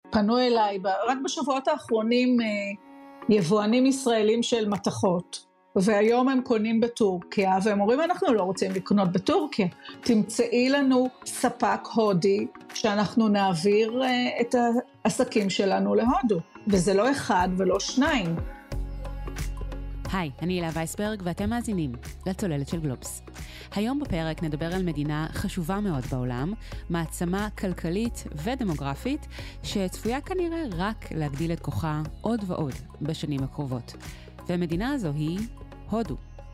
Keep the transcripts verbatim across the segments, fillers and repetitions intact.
פנו אליי רק בשבועות האחרונים יבואנים ישראלים של מתכות, והיום הם קונים בטורקיה, והם אומרים אנחנו לא רוצים לקנות בטורקיה, תמצאי לנו ספק הודי שאנחנו נעביר את העסקים שלנו להודו, וזה לא אחד ולא שניים. היי, אני הילה וייסברג ואתם מאזינים לצוללת של גלובס. היום בפרק נדבר על מדינה חשובה מאוד בעולם, מעצמה כלכלית ודמוגרפית, שצפויה כנראה רק להגדיל את כוחה עוד ועוד בשנים הקרובות. והמדינה הזו היא הודו.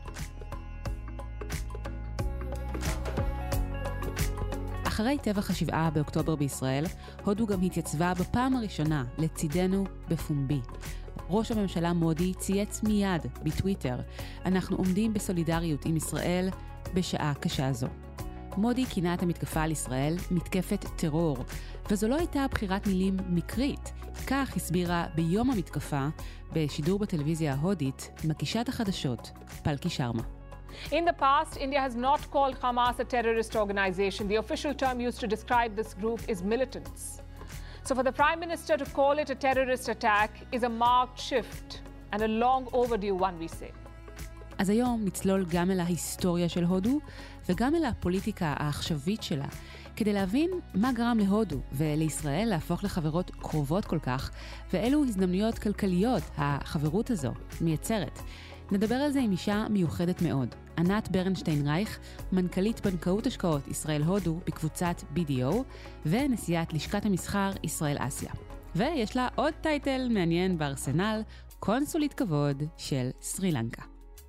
אחרי טבח השבעה באוקטובר בישראל, הודו גם התייצבה בפעם הראשונה לצידנו בפומבי. ראש הממשלה מודי צייץ מיד בטוויטר, אנחנו עומדים בסולידריות עם ישראל בשעה קשה זו. מודי כינה את המתקפה על ישראל מתקפת טרור, וזו לא הייתה בחירת מילים מקרית. כך הסבירה ביום המתקפה בשידור בטלוויזיה ההודית מגישת החדשות פלקי שרמה. In the past, India has not called Hamas a terrorist organization. The official term used to describe this group is militants. So for the Prime Minister to call it a terrorist attack is a marked shift and a long overdue one, we say. אז היום נצלול גם אל ההיסטוריה של הודו וגם אל הפוליטיקה העכשווית שלה, כדי להבין מה גרם להודו ולישראל להפוך לחברות קרובות כל כך, ואילו הזדמנויות כלכליות החברות הזו מייצרת. נדבר על זה עם אישה מיוחדת מאוד, ענת ברנשטיין רייך, מנכ"לית בנקאות השקעות ישראל-הודו בקבוצת בי די או, ונשיאת לשכת המסחר ישראל-אסיה. ויש לה עוד טייטל מעניין בארסנל, קונסולית כבוד של סרי לנקה.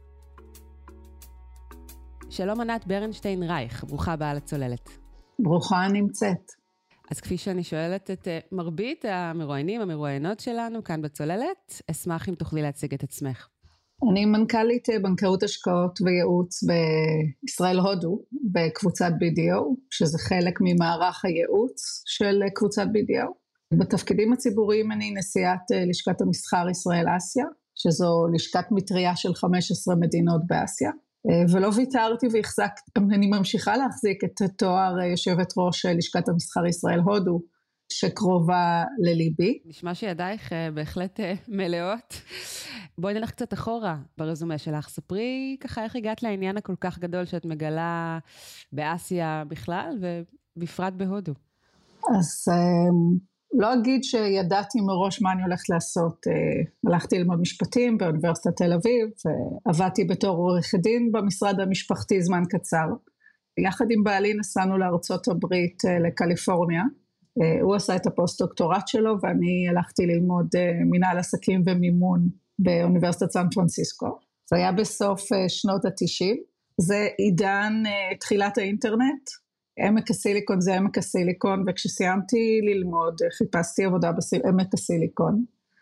שלום ענת ברנשטיין רייך, ברוכה הבאה לצוללת. ברוכה נמצאת. אז כפי שאני שואלת את מרבית המרואיינים, המרואיינות שלנו כאן בצוללת, אשמח אם תוכלי להציג את עצמך. אני מנכ"לית בנקאות השקעות וייעוץ בישראל-הודו בקבוצת בי די או, שזה חלק ממערך הייעוץ של קבוצת בי די או. בתפקידים הציבוריים אני נשיאת לשכת המסחר ישראל-אסיה, שזו לשכת מטריה של חמש עשרה מדינות באסיה. ולא ויתרתי והחזקתי, אני ממשיכה להחזיק את תואר יושבת ראש לשכת המסחר ישראל-הודו, שקרובה לליבי. נשמע שידייך בהחלט מלאות. בואי נלך קצת אחורה ברזומה שלך. ספרי ככה איך הגעת לעניין הכל כך גדול שאת מגלה באסיה בכלל ובפרט בהודו. אז לא אגיד שידעתי מראש מה אני הולכת לעשות. הלכתי ללמוד משפטים באוניברסיטת תל אביב, ועבדתי בתור עורכת דין במשרד המשפחתי זמן קצר. יחד עם בעלי נסענו לארצות הברית לקליפורניה. הוא עשה את הפוסט-דוקטורט שלו, ואני הלכתי ללמוד מנהל עסקים ומימון באוניברסיטת סן פרנסיסקו. זה היה בסוף שנות ה-תשעים. זה עידן תחילת האינטרנט. עמק הסיליקון זה עמק הסיליקון, וכשסיימתי ללמוד, חיפשתי עבודה בעמק הסיליקון.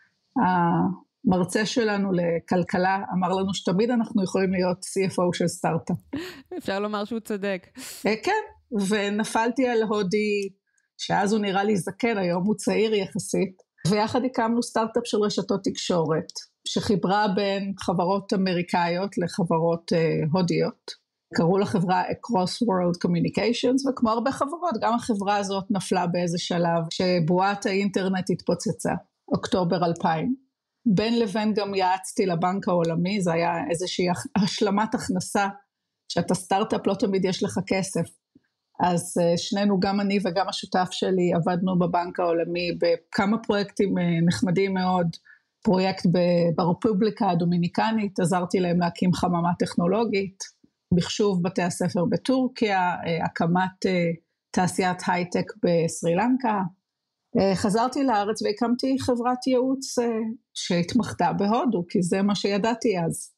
המרצה שלנו לכלכלה אמר לנו שתמיד אנחנו יכולים להיות סי אף או של סטארט-אפ. אפשר לומר שהוא צודק. כן, ונפלתי על הודי, שאז הוא נראה לי זקן, היום הוא צעיר יחסית, ויחד הקמנו סטארט-אפ של רשתות תקשורת, שחיברה בין חברות אמריקאיות לחברות uh, הודיות. קראו לחברה Across World Communications, וכמו הרבה חברות, גם החברה הזאת נפלה באיזה שלב, שבועת האינטרנט התפוצצה, אוקטובר אלפיים. בין לבין גם יעצתי לבנק העולמי, זה היה איזושהי השלמת הכנסה, שאתה סטארט-אפ לא תמיד יש לך כסף. אז שנינו, גם אני וגם השותף שלי, עבדנו בבנק העולמי בכמה פרויקטים נחמדים מאוד, פרויקט ברפובליקה הדומיניקנית, עזרתי להם להקים חממה טכנולוגית, מחשוב בתי הספר בטורקיה, הקמת תעשיית הייטק בסרי לנקה, חזרתי לארץ והקמתי חברת ייעוץ שהתמחתה בהודו, כי זה מה שידעתי אז,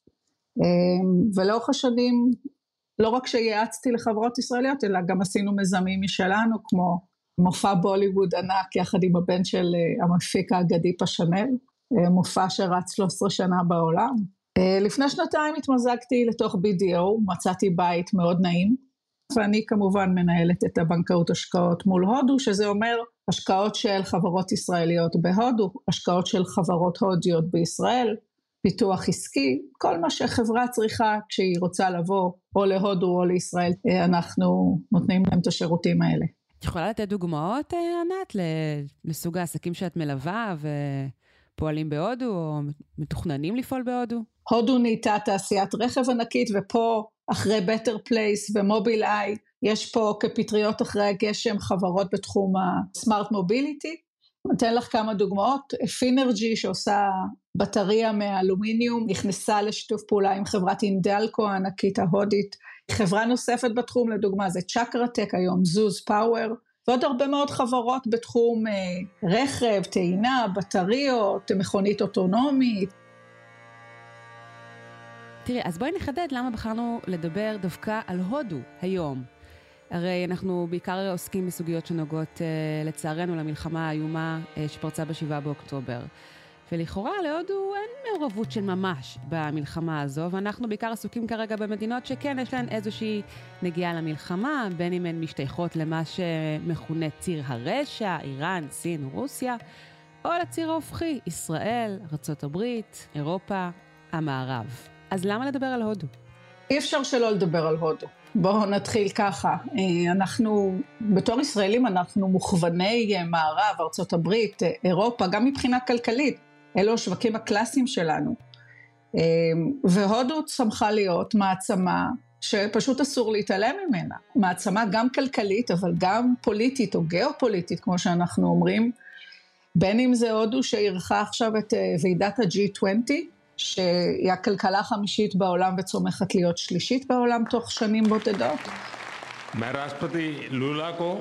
ולאורך השנים, לא רק שייעצתי לחברות ישראליות, אלא גם עשינו מזמים משלנו, כמו מופע בוליווד ענק, יחד עם הבן של המפיק האגדי פשנל, מופע שרץ שלוש עשרה שנה בעולם. לפני שנתיים התמזגתי לתוך בי די או, מצאתי בית מאוד נעים, ואני כמובן מנהלת את הבנקאות השקעות מול הודו, שזה אומר השקעות של חברות ישראליות בהודו, השקעות של חברות הודיות בישראל, פיתוח עסקי, כל מה שחברה צריכה כשהיא רוצה לבוא או להודו או לישראל, אנחנו נותנים להם את השירותים האלה. את יכולה לתת דוגמאות, ענת, לסוג העסקים שאת מלווה ופועלים בהודו, או מתוכננים לפעול בהודו? הודו נהייתה תעשיית רכב ענקית, ופה אחרי Better Place ומובילאיי, יש פה כפטריות אחרי הגשם חברות בתחום ה-Smart Mobility. נתן לך כמה דוגמאות, פינרג'י שעושה בטריה מאלומיניום, נכנסה לשיתוף פעולה עם חברת אינדלקו הענקית ההודית, חברה נוספת בתחום לדוגמה זה צ'קרטק, היום זוז פאוור, ועוד הרבה מאוד חברות בתחום אה, רכב, טעינה, בטריות, מכונית אוטונומית. תראי, אז בואי נחדד למה בחרנו לדבר דווקא על הודו היום. הרי אנחנו בעיקר עוסקים בסוגיות שנוגעות אה, לצערנו למלחמה האיומה אה, שפרצה בשבעה באוקטובר. ולכאורה להודו אין מעורבות של ממש במלחמה הזו, ואנחנו בעיקר עסוקים כרגע במדינות שכן יש להן איזושהי נגיעה למלחמה, בין אם הן משתייכות למה שמכונה ציר הרשע, איראן, סין, רוסיה, או לציר ההופכי, ישראל, ארצות הברית, אירופה, המערב. אז למה לדבר על הודו? אי אפשר שלא לדבר על הודו. בואו נתחיל ככה. אנחנו, בתור ישראלים, אנחנו מוכווני מערב, ארצות הברית, אירופה, גם מבחינה כלכלית. אלו השווקים הקלאסיים שלנו. והודו צמחה להיות מעצמה שפשוט אסור להתעלם ממנה. מעצמה גם כלכלית, אבל גם פוליטית או גיאופוליטית, כמו שאנחנו אומרים. בין אם זה הודו שאירחה עכשיו את ועידת ה-ג'י עשרים, שהיא הכלכלה החמישית בעולם וצומחת להיות שלישית בעולם תוך שנים בודדות. מהראשטרפתי לולה को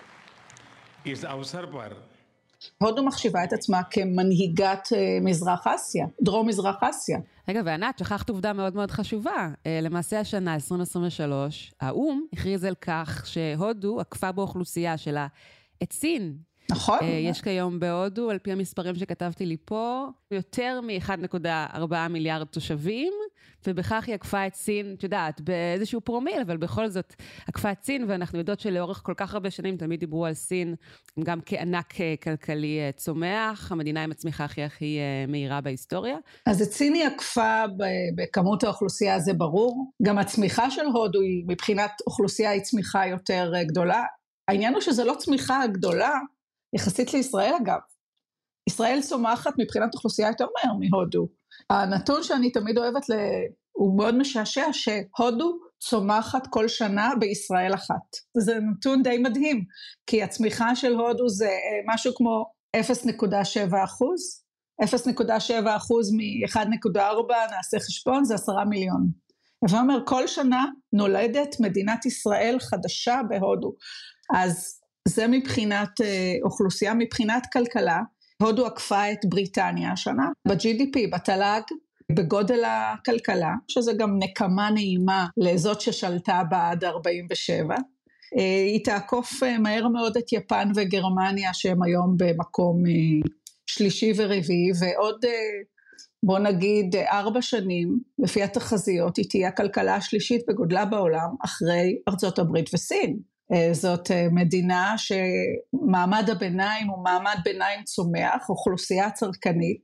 इस अवसर पर הודו מחשיבה את עצמה כמנהיגת מזרח אסיה, דרום מזרח אסיה. רגע, וענת, שכחת עובדה מאוד מאוד חשובה. למעשה השנה עשרים עשרים ושלוש, האום הכריז על כך שהודו עקפה באוכלוסייה שלה את סין. נכון. יש כיום בהודו, על פי המספרים שכתבתי לי פה, יותר מ-אחד נקודה ארבע מיליארד תושבים, ובכך היא עקפה את סין, את יודעת, באיזשהו פרומיל, אבל בכל זאת עקפה את סין, ואנחנו יודעות שלאורך כל כך הרבה שנים תמיד דיברו על סין, גם כענק כלכלי צומח, המדינה עם הצמיחה הכי הכי מהירה בהיסטוריה. אז את סין היא עקפה בכמות האוכלוסייה, זה ברור. גם הצמיחה של הודו היא, מבחינת אוכלוסייה, היא צמיחה יותר גדולה. העניין הוא שזה לא צמיחה גדולה, יחסית לישראל אגב. ישראל צומחת מבחינת אוכלוסייה יותר מהר מהודו. הנתון שאני תמיד אוהבת, ל... הוא מאוד משעשע, שהודו צומחת כל שנה בישראל אחת. זה נתון די מדהים, כי הצמיחה של הודו זה משהו כמו אפס נקודה שבע אחוז, אפס נקודה שבע אחוז מ-אחד נקודה ארבע, נעשה חשבון, זה עשרה מיליון. ואומר, כל שנה נולדת מדינת ישראל חדשה בהודו. אז זה מבחינת אוכלוסייה, מבחינת כלכלה, הודו עקפה את בריטניה השנה, ב-ג'י די פי, בתל"ג, בגודל הכלכלה, שזה גם נקמה נעימה לזאת ששלטה בה עד ארבעים ושבע, היא תעקוף מהר מאוד את יפן וגרמניה, שהם היום במקום שלישי ורביעי, ועוד בוא נגיד ארבע שנים, לפי התחזיות, היא תהיה הכלכלה השלישית בגודלה בעולם, אחרי ארצות הברית וסין. זאת מדינה שמעמד הביניים הוא מעמד ביניים צומח, אוכלוסייה צרכנית,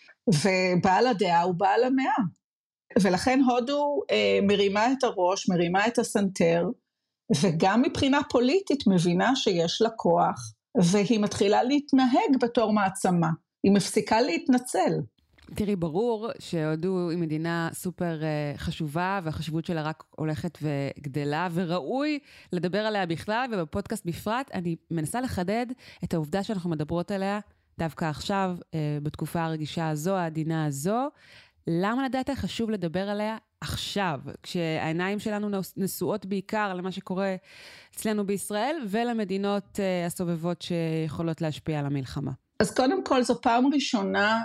ובעל הדעה הוא בעל המאה. ולכן הודו מרימה את הראש, מרימה את הסנטר, וגם מבחינה פוליטית מבינה שיש לה כוח, והיא מתחילה להתנהג בתור מעצמה, היא מפסיקה להתנצל. תראי, ברור שהודו היא מדינה סופר חשובה, והחשיבות שלה רק הולכת וגדלה, וראוי לדבר עליה בכלל, ובפודקאסט בפרט, אני מנסה לחדד את העובדה שאנחנו מדברות עליה, דווקא עכשיו, בתקופה הרגישה הזו, העדינה הזו, למה לדעת חשוב לדבר עליה עכשיו, כשהעיניים שלנו נשואות בעיקר למה שקורה אצלנו בישראל, ולמדינות הסובבות שיכולות להשפיע על המלחמה? אז קודם כל זו פעם ראשונה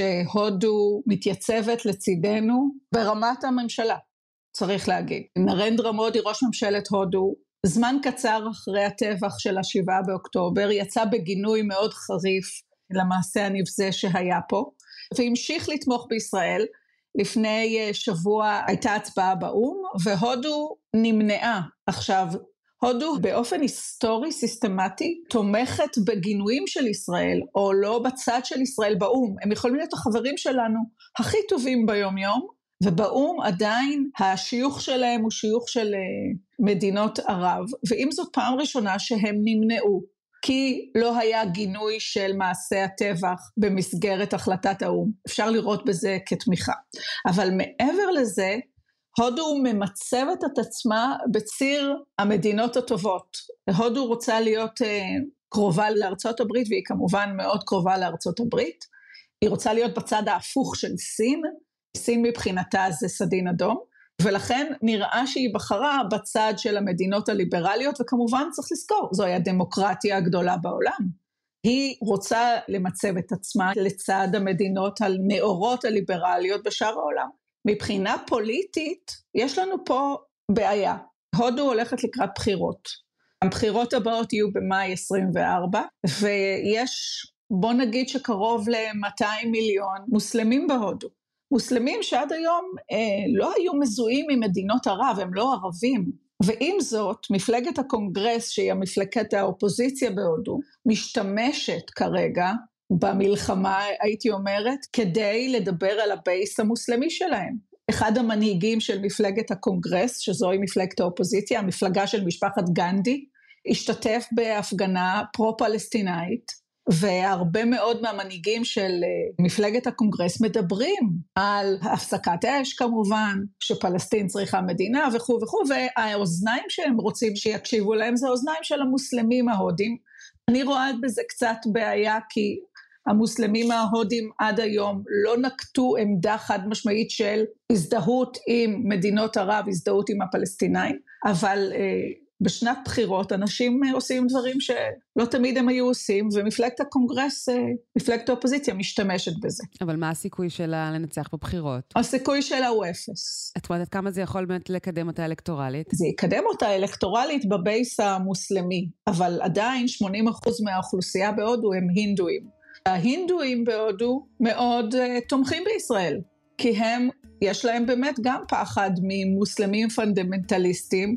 שהודו מתייצבת לצידנו ברמת הממשלה, צריך להגיד. נרנדרה מודי, ראש ממשלת הודו, זמן קצר אחרי הטבח של השבעה באוקטובר, יצא בגינוי מאוד חריף למעשה הנבזה שהיה פה, והמשיך לתמוך בישראל. לפני שבוע הייתה הצבעה באום, והודו נמנעה. עכשיו, הודו באופן היסטורי סיסטמטי תומכת בגינויים של ישראל, או לא בצד של ישראל באום. הם יכולים להיות החברים שלנו הכי טובים ביום יום, ובאום עדיין השיוך שלהם הוא שיוך של מדינות ערב, ועם זאת פעם ראשונה שהם נמנעו, כי לא היה גינוי של מעשי הטבח במסגרת החלטת האום. אפשר לראות בזה כתמיכה. אבל מעבר לזה, הודו ממצבת את עצמה בציר המדינות הטובות. הודו רוצה להיות uh, קרובה לארצות הברית, והיא כמובן מאוד קרובה לארצות הברית. היא רוצה להיות בצד ההפוך של סין. סין מבחינתה זה סדין אדום. ולכן נראה שהיא בחרה בצד של המדינות הליברליות, וכמובן צריך לזכור, זוהי הדמוקרטיה הגדולה בעולם. היא רוצה למצב את עצמה לצד המדינות הנאורות הליברליות בשאר העולם. מבחינה פוליטית, יש לנו פה בעיה. הודו הולכת לקראת בחירות. הבחירות הבאות יהיו במאי עשרים וארבע, ויש, בוא נגיד שקרוב ל-מאתיים מיליון מוסלמים בהודו. מוסלמים שעד היום אה, לא היו מזוהים עם מדינות ערב, הם לא ערבים. ועם זאת, מפלגת הקונגרס, שהיא המפלגת האופוזיציה בהודו, משתמשת כרגע במלחמה, הייתי אומרת, כדי לדבר על הבייס המוסלמי שלהם. אחד המנהיגים של מפלגת הקונגרס, שזוהי מפלגת האופוזיציה, המפלגה של משפחת גנדי, השתתף בהפגנה פרו-פלסטינאית, והרבה מאוד מהמנהיגים של מפלגת הקונגרס מדברים על הפסקת אש כמובן, שפלסטין צריכה מדינה וכו' וכו', והאוזניים שהם רוצים שיקשיבו להם זה האוזניים של המוסלמים ההודים. אני רואה בזה קצת בעיה, כי המוסלמים ההודים עד היום לא נקטו עמדה חד משמעית של הזדהות עם מדינות ערב, הזדהות עם הפלסטינאים, אבל בשנת בחירות אנשים עושים דברים שלא תמיד הם היו עושים, ומפלגת הקונגרס, מפלגת האופוזיציה משתמשת בזה. אבל מה הסיכוי שלה לנצח בבחירות? הסיכוי שלה הוא אפס. את יודעת כמה זה יכול באמת לקדם אותה אלקטורלית? זה יקדם אותה אלקטורלית בבייס המוסלמי, אבל עדיין שמונים אחוז מהאוכלוסייה בהודו הם הינדואים. ההינדואים בהודו מאוד uh, תומכים בישראל, כי הם, יש להם באמת גם פחד ממוסלמים פונדמנטליסטים.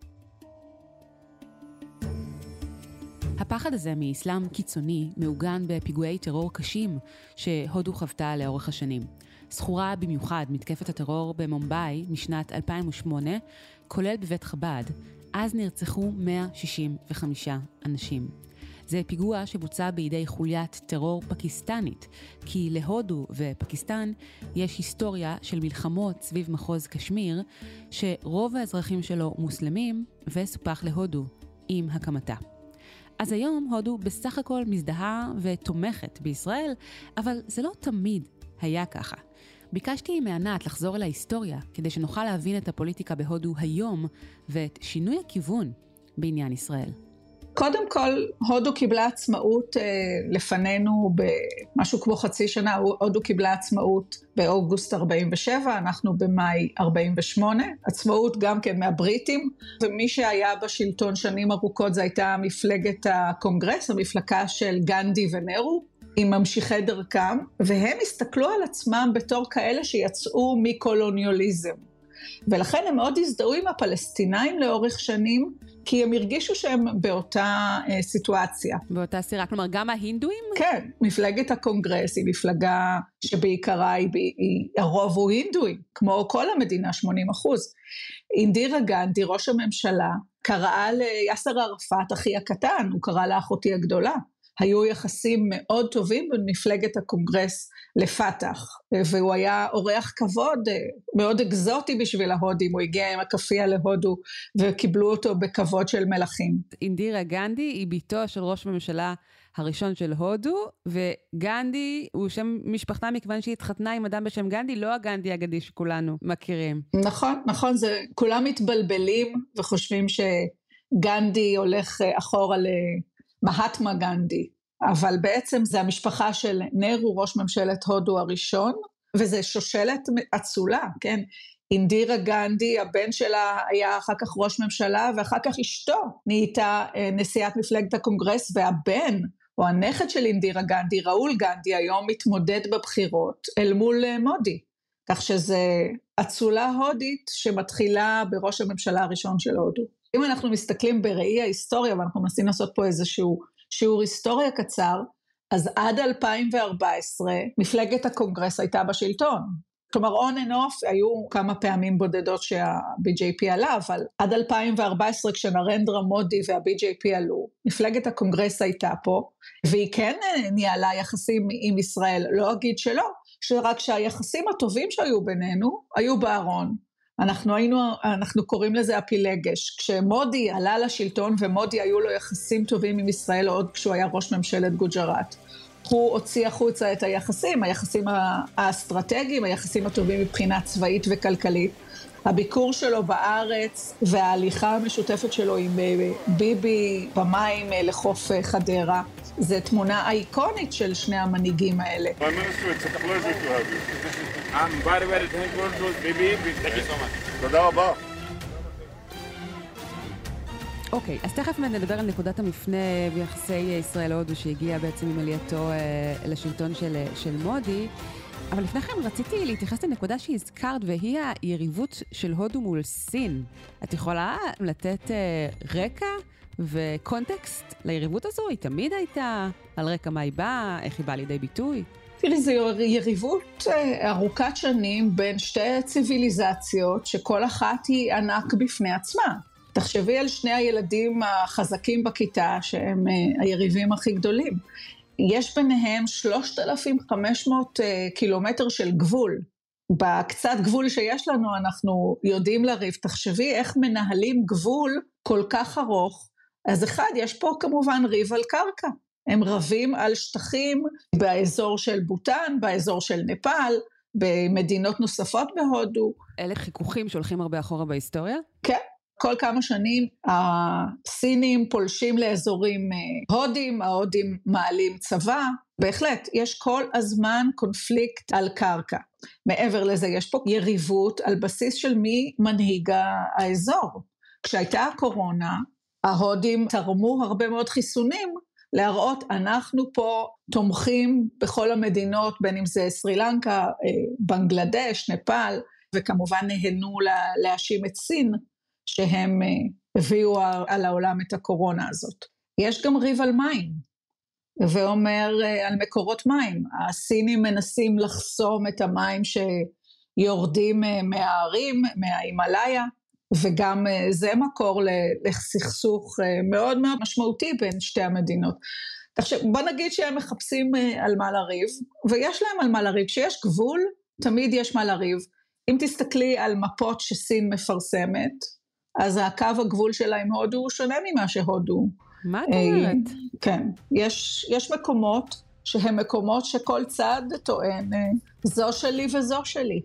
הפחד הזה מאסלאם קיצוני מעוגן בפיגועי טרור קשים שהודו חוותה לאורך השנים. זכורה במיוחד מתקפת הטרור במומביי משנת אלפיים ושמונה, כולל בבית חב"ד, אז נרצחו מאה שישים וחמישה אנשים. זה פיגוע שבוצע בידי חוליית טרור פקיסטנית, כי להודו ופקיסטן יש היסטוריה של מלחמות סביב מחוז קשמיר, שרוב האזרחים שלו מוסלמים וסופח להודו עם הקמתה. אז היום הודו בסך הכל מזדהה ותומכת בישראל, אבל זה לא תמיד היה ככה. ביקשתי מענת לחזור אל ההיסטוריה, כדי שנוכל להבין את הפוליטיקה בהודו היום, ואת שינוי הכיוון בעניין ישראל. קודם כל, הודו קיבלה עצמאות אה, לפנינו במשהו כמו חצי שנה, הודו קיבלה עצמאות באוגוסט ארבעים ושבע, אנחנו במאי ארבעים ושמונה, עצמאות גם כן מהבריטים, ומי שהיה בשלטון שנים ארוכות זה הייתה מפלגת הקונגרס, המפלגה של גנדי ונרו, עם ממשיכי דרכם, והם הסתכלו על עצמם בתור כאלה שיצאו מקולוניאליזם. ולכן הם מאוד הזדהו עם הפלסטינאים לאורך שנים, כי הם הרגישו שהם באותה אה, סיטואציה. באותה סירה, כלומר גם ההינדואים? כן, מפלגת הקונגרס היא מפלגה שבעיקרה היא, היא, הרוב הוא הינדואים, כמו כל המדינה שמונים אחוז. אינדירה גנדי, ראש הממשלה, קראה ליאסר ערפאת אחי הקטן, הוא קרא לאחותי הגדולה. היו יחסים מאוד טובים במפלגת הקונגרס לפתח, והוא היה אורח כבוד מאוד אקזוטי בשביל ההודים, הוא הגיע עם הקפייה להודו וקיבלו אותו בכבוד של מלכים. אינדירה גנדי היא ביתו של ראש הממשלה הראשון של הודו, וגנדי הוא שם משפחתה מכיוון שהיא התחתנה עם אדם בשם גנדי, לא הגנדי האגדי שכולנו מכירים. נכון, נכון, זה, כולם מתבלבלים וחושבים שגנדי הולך אחורה ל... מהטמה גנדי, אבל בעצם זה המשפחה של נרו, ראש ממשלת הודו הראשון, וזה שושלת אצולה, כן? אינדירה גנדי, הבן שלה היה אחר כך ראש ממשלה, ואחר כך אשתו נהייתה נשיאת מפלגת הקונגרס, והבן או הנכד של אינדירה גנדי, ראול גנדי, היום מתמודד בבחירות אל מול מודי, כך שזה אצולה הודית שמתחילה בראש הממשלה הראשון של הודו. אם אנחנו מסתכלים בראי ההיסטוריה, ואנחנו מנסים לעשות פה איזשהו שיעור היסטוריה קצר, אז עד אלפיים וארבע עשרה מפלגת הקונגרס הייתה בשלטון. כלומר, on and off, היו כמה פעמים בודדות שה-בי ג'יי פי עלה, אבל עד אלפיים וארבע עשרה כשנרנדרה מודי וה-בי ג'יי פי עלו, מפלגת הקונגרס הייתה פה, והיא כן ניהלה יחסים עם ישראל, לא אגיד שלא, שרק שהיחסים הטובים שהיו בינינו, היו בארון. אנחנו היינו, אנחנו קוראים לזה הפילגש. כשמודי עלה לשלטון, ומודי היו לו יחסים טובים עם ישראל, עוד כשהוא היה ראש ממשלת גוג'ראט, הוא הוציא החוצה את היחסים, היחסים האסטרטגיים, היחסים הטובים מבחינה צבאית וכלכלית. הביקור שלו בארץ וההליכה המשותפת שלו עם ביבי במים לחוף חדרה, זה תמונה אייקונית של שני המנהיגים האלה. תודה רבה. אוקיי, אז תכף נדבר על נקודת המפנה ביחסי ישראל-הודו שהגיעה בעצם עם עלייתו לשלטון של, של מודי, אבל לפני כן רציתי להתייחס לנקודה שהזכרת, והיא היריבות של הודו מול סין. את יכולה לתת רקע וקונטקסט ליריבות הזו? היא תמיד הייתה על רקע מה היא באה, איך היא באה לידי ביטוי? תראי, זו יריבות ארוכת שנים בין שתי ציוויליזציות, שכל אחת היא ענק בפני עצמה. תחשבי על שני הילדים החזקים בכיתה, שהם היריבים הכי גדולים. יש ביניהם שלושת אלפים וחמש מאות קילומטר של גבול. בקצת גבול שיש לנו אנחנו יודעים לריב. תחשבי איך מנהלים גבול כל כך ארוך. אז אחד, יש פה כמובן ריב על קרקע. הם רבים על שטחים באזור של בוטן, באזור של נפאל, במדינות נוספות בהודו. אלה חיכוכים שהולכים הרבה אחורה בהיסטוריה? כן. כל כמה שנים הסינים פולשים לאזורים הודים, ההודים מעלים צבא, בהחלט יש כל הזמן קונפליקט על קרקע. מעבר לזה יש פה יריבות על בסיס של מי מנהיג האזור. כשהייתה הקורונה, ההודים תרמו הרבה מאוד חיסונים, להראות אנחנו פה תומכים בכל המדינות, בין אם זה סרי לנקה, בנגלדש, נפאל, וכמובן נהנו להאשים את סין, שהם הביאו על העולם את הקורונה הזאת. יש גם ריב על מים, ואומר על מקורות מים. הסינים מנסים לחסום את המים שיורדים מהערים, מההימאליה, וגם זה מקור לסכסוך מאוד מאוד משמעותי בין שתי המדינות. עכשיו, בוא נגיד שהם מחפשים על מה לריב, ויש להם על מה לריב. כשיש גבול, תמיד יש מה לריב. אם תסתכלי על מפות שסין מפרסמת, אז הקו הגבול שלה עם הודו הוא שונה ממה שהודו. מה את אומרת? כן, יש, יש מקומות שהם מקומות שכל צד טוען, זו שלי וזו שלי.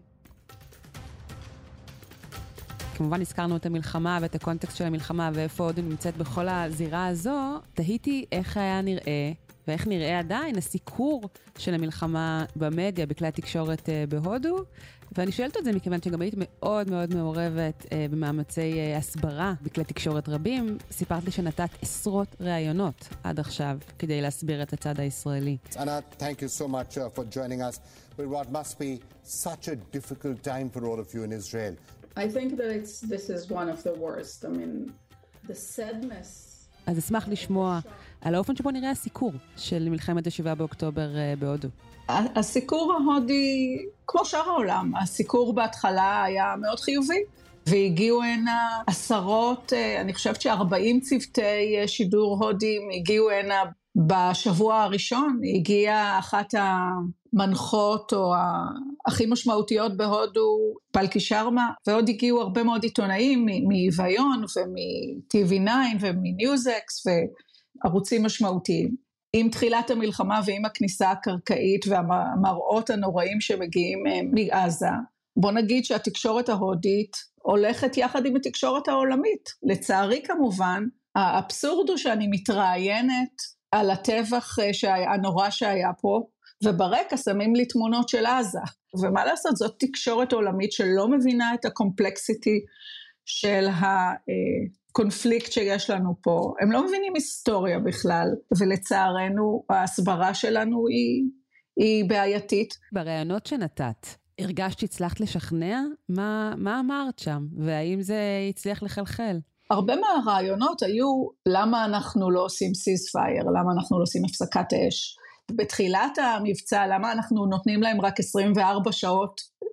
כמובן הזכרנו את המלחמה ואת הקונטקסט של המלחמה ואיפה הודו נמצאת בכל הזירה הזו. תהיתי איך היה נראה ואיך נראה עדיין הסיקור של המלחמה במדיה, בכלי התקשורת בהודו. ואני שואלת את זה מכיוון שגם היית מאוד מאוד מעורבת אה, במאמצי אה, הסברה בכלי תקשורת רבים. סיפרת לי שנתת עשרות ראיונות עד עכשיו כדי להסביר את הצד הישראלי. Anna, thank you so much uh, for joining us. But what must be such a difficult time for all of you in Israel? I think that it's, this is one of the worst. I mean, the sadness. אז אשמח לשמוע על האופן שבו נראה הסיקור של מלחמת השבעה באוקטובר בהודו. הסיקור ההודי, כמו שאר העולם, הסיקור בהתחלה היה מאוד חיובי, והגיעו הנה עשרות, אני חושבת ש-ארבעים צוותי שידור הודים הגיעו הנה בשבוע הראשון, הגיעה אחת המנחות או הכי משמעותיות בהודו, פלקי שרמה, ועוד הגיעו הרבה מאוד עיתונאים מוויון ומ-טי וי ניין ומניוזקס וערוצים משמעותיים. עם תחילת המלחמה ועם הכניסה הקרקעית והמראות הנוראים שמגיעים מעזה, בוא נגיד שהתקשורת ההודית הולכת יחד עם התקשורת העולמית. לצערי כמובן, האבסורד הוא שאני מתראיינת על הטבח הנורא שהיה פה, וברקע שמים לי תמונות של עזה. ומה לעשות, זאת תקשורת עולמית שלא מבינה את הקומפלקסיטי של הקונפליקט שיש לנו פה. הם לא מבינים היסטוריה בכלל, ולצערנו ההסברה שלנו היא, היא בעייתית. ברעיונות שנתת, הרגשת שהצלחת לשכנע? מה, מה אמרת שם? והאם זה הצליח לחלחל? הרבה מהרעיונות היו למה אנחנו לא עושים סיזפייר, למה אנחנו לא עושים הפסקת אש. בתחילת המבצע, למה אנחנו נותנים להם רק עשרים וארבע שעות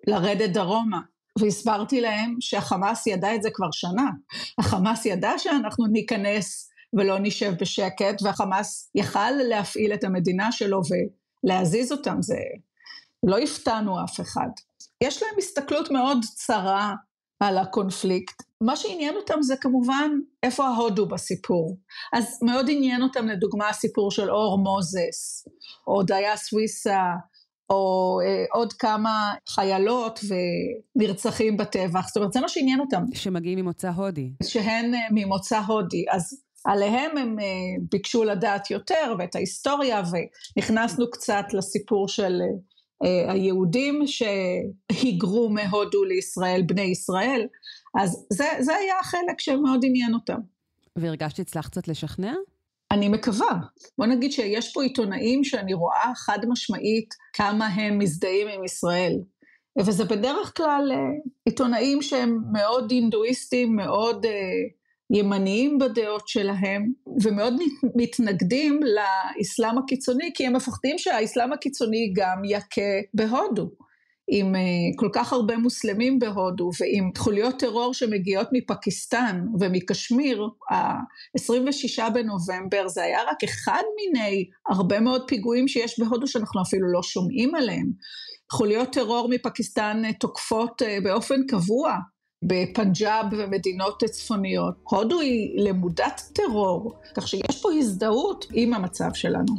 לרדת דרומה. והסברתי להם שהחמאס ידע את זה כבר שנה. החמאס ידע שאנחנו ניכנס ולא נשב בשקט, והחמאס יכל להפעיל את המדינה שלו ולהזיז אותם. זה לא הפתענו אף אחד. יש להם הסתכלות מאוד צרה על הקונפליקט. מה שעניין אותם זה כמובן איפה ההודו בסיפור. אז מאוד עניין אותם לדוגמה הסיפור של אור מוזס, או דיה סוויסה, או אה, עוד כמה חיילות ונרצחים בטבח. זאת אומרת, זה מה שעניין אותם. שמגיעים ממוצא הודי. שהן אה, ממוצא הודי. אז עליהם הם אה, ביקשו לדעת יותר ואת ההיסטוריה, ונכנסנו קצת לסיפור של אה, היהודים שהיגרו מהודו לישראל, בני ישראל. אז זה, זה היה החלק שמאוד עניין אותם. והרגשתי הצלחת קצת לשכנע? אני מקווה. בוא נגיד שיש פה עיתונאים שאני רואה חד משמעית כמה הם מזדהים עם ישראל. וזה בדרך כלל עיתונאים שהם מאוד הינדואיסטים, מאוד ימניים בדעות שלהם, ומאוד מתנגדים לאסלאם הקיצוני, כי הם מפחדים שהאסלאם הקיצוני גם יכה בהודו. עם כל כך הרבה מוסלמים בהודו, ועם חוליות טרור שמגיעות מפקיסטן ומקשמיר, ה-עשרים ושישה בנובמבר זה היה רק אחד מיני הרבה מאוד פיגועים שיש בהודו שאנחנו אפילו לא שומעים עליהם. חוליות טרור מפקיסטן תוקפות באופן קבוע בפנג'אב ומדינות צפוניות. הודו היא למודת טרור, כך שיש פה הזדהות עם המצב שלנו.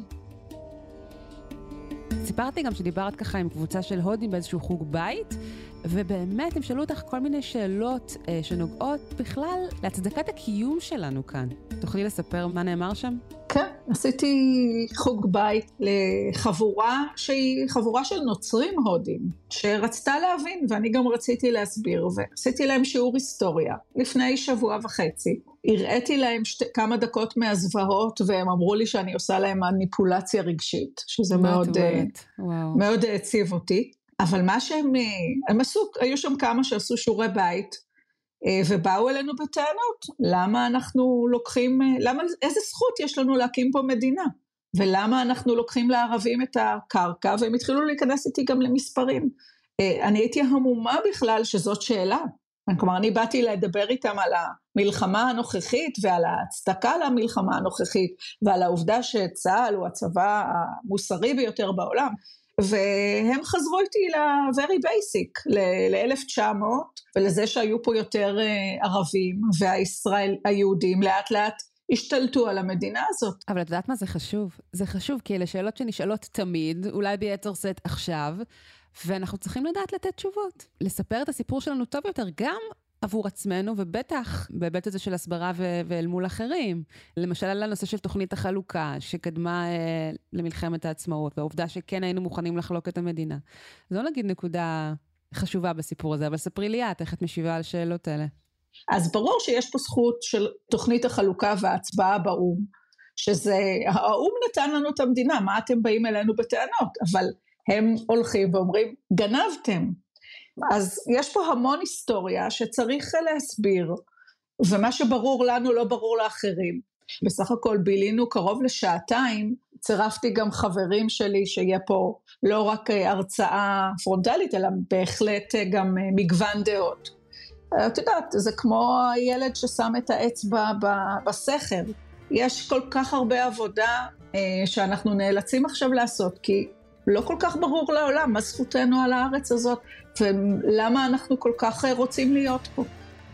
סיפרתי גם שדיברת ככה עם קבוצה של הודים באיזשהו חוג בית, ובאמת הם שאלו אותך כל מיני שאלות אה, שנוגעות בכלל להצדקת הקיום שלנו כאן. תוכלי לספר מה נאמר שם? כן, עשיתי חוג בית לחבורה שהיא חבורה של נוצרים הודים, שרצתה להבין, ואני גם רציתי להסביר, ועשיתי להם שיעור היסטוריה לפני שבוע וחצי. הראיתי להם שת, כמה דקות מהזוועות, והם אמרו לי שאני עושה להם מניפולציה רגשית, שזה מאוד, מאוד הציב אותי. אבל מה שהם, הם עשו, היו שם כמה שעשו שיעורי בית, ובאו אלינו בטענות, למה אנחנו לוקחים, למה, איזה זכות יש לנו להקים פה מדינה, ולמה אנחנו לוקחים לערבים את הקרקע, והם התחילו להיכנס איתי גם למספרים. אני הייתי המומה בכלל שזאת שאלה, כלומר אני באתי לדבר איתם על המלחמה הנוכחית, ועל ההצדקה למלחמה הנוכחית, ועל העובדה שצה"ל הוא הצבא המוסרי ביותר בעולם, והם חזרו איתי ל-very basic, ל-אלף תשע מאות, ולזה שהיו פה יותר ערבים, והישראל, היהודים לאט לאט השתלטו על המדינה הזאת. אבל את יודעת מה זה חשוב? זה חשוב כי אלה שאלות שנשאלות תמיד, אולי ביתר שאת עכשיו, ואנחנו צריכים לדעת לתת תשובות. לספר את הסיפור שלנו טוב יותר, גם עבור עצמנו, ובטח בהיבט הזה של הסברה ו- ואל מול אחרים. למשל על הנושא של תוכנית החלוקה, שקדמה אה, למלחמת העצמאות, והעובדה שכן היינו מוכנים לחלוק את המדינה. זו נגיד נקודה חשובה בסיפור הזה, אבל ספרי לי את, איך את משיבה על שאלות האלה. אז ברור שיש פה זכות של תוכנית החלוקה וההצבעה באום, שזה, האום נתן לנו את המדינה, מה אתם באים אלינו בטענות? אבל הם הולכים ואומרים, גנבתם. אז יש פה המון היסטוריה שצריך להסביר, ומה שברור לנו לא ברור לאחרים. בסך הכל בילינו קרוב לשעתיים, צירפתי גם חברים שלי שיהיה פה לא רק הרצאה פרונטלית, אלא בהחלט גם מגוון דעות. את יודעת, זה כמו הילד ששם את האצבע בסכר. יש כל כך הרבה עבודה שאנחנו נאלצים עכשיו לעשות, כי לא כל כך ברור לעולם מה זכותנו על הארץ הזאת, ולמה אנחנו כל כך רוצים להיות פה.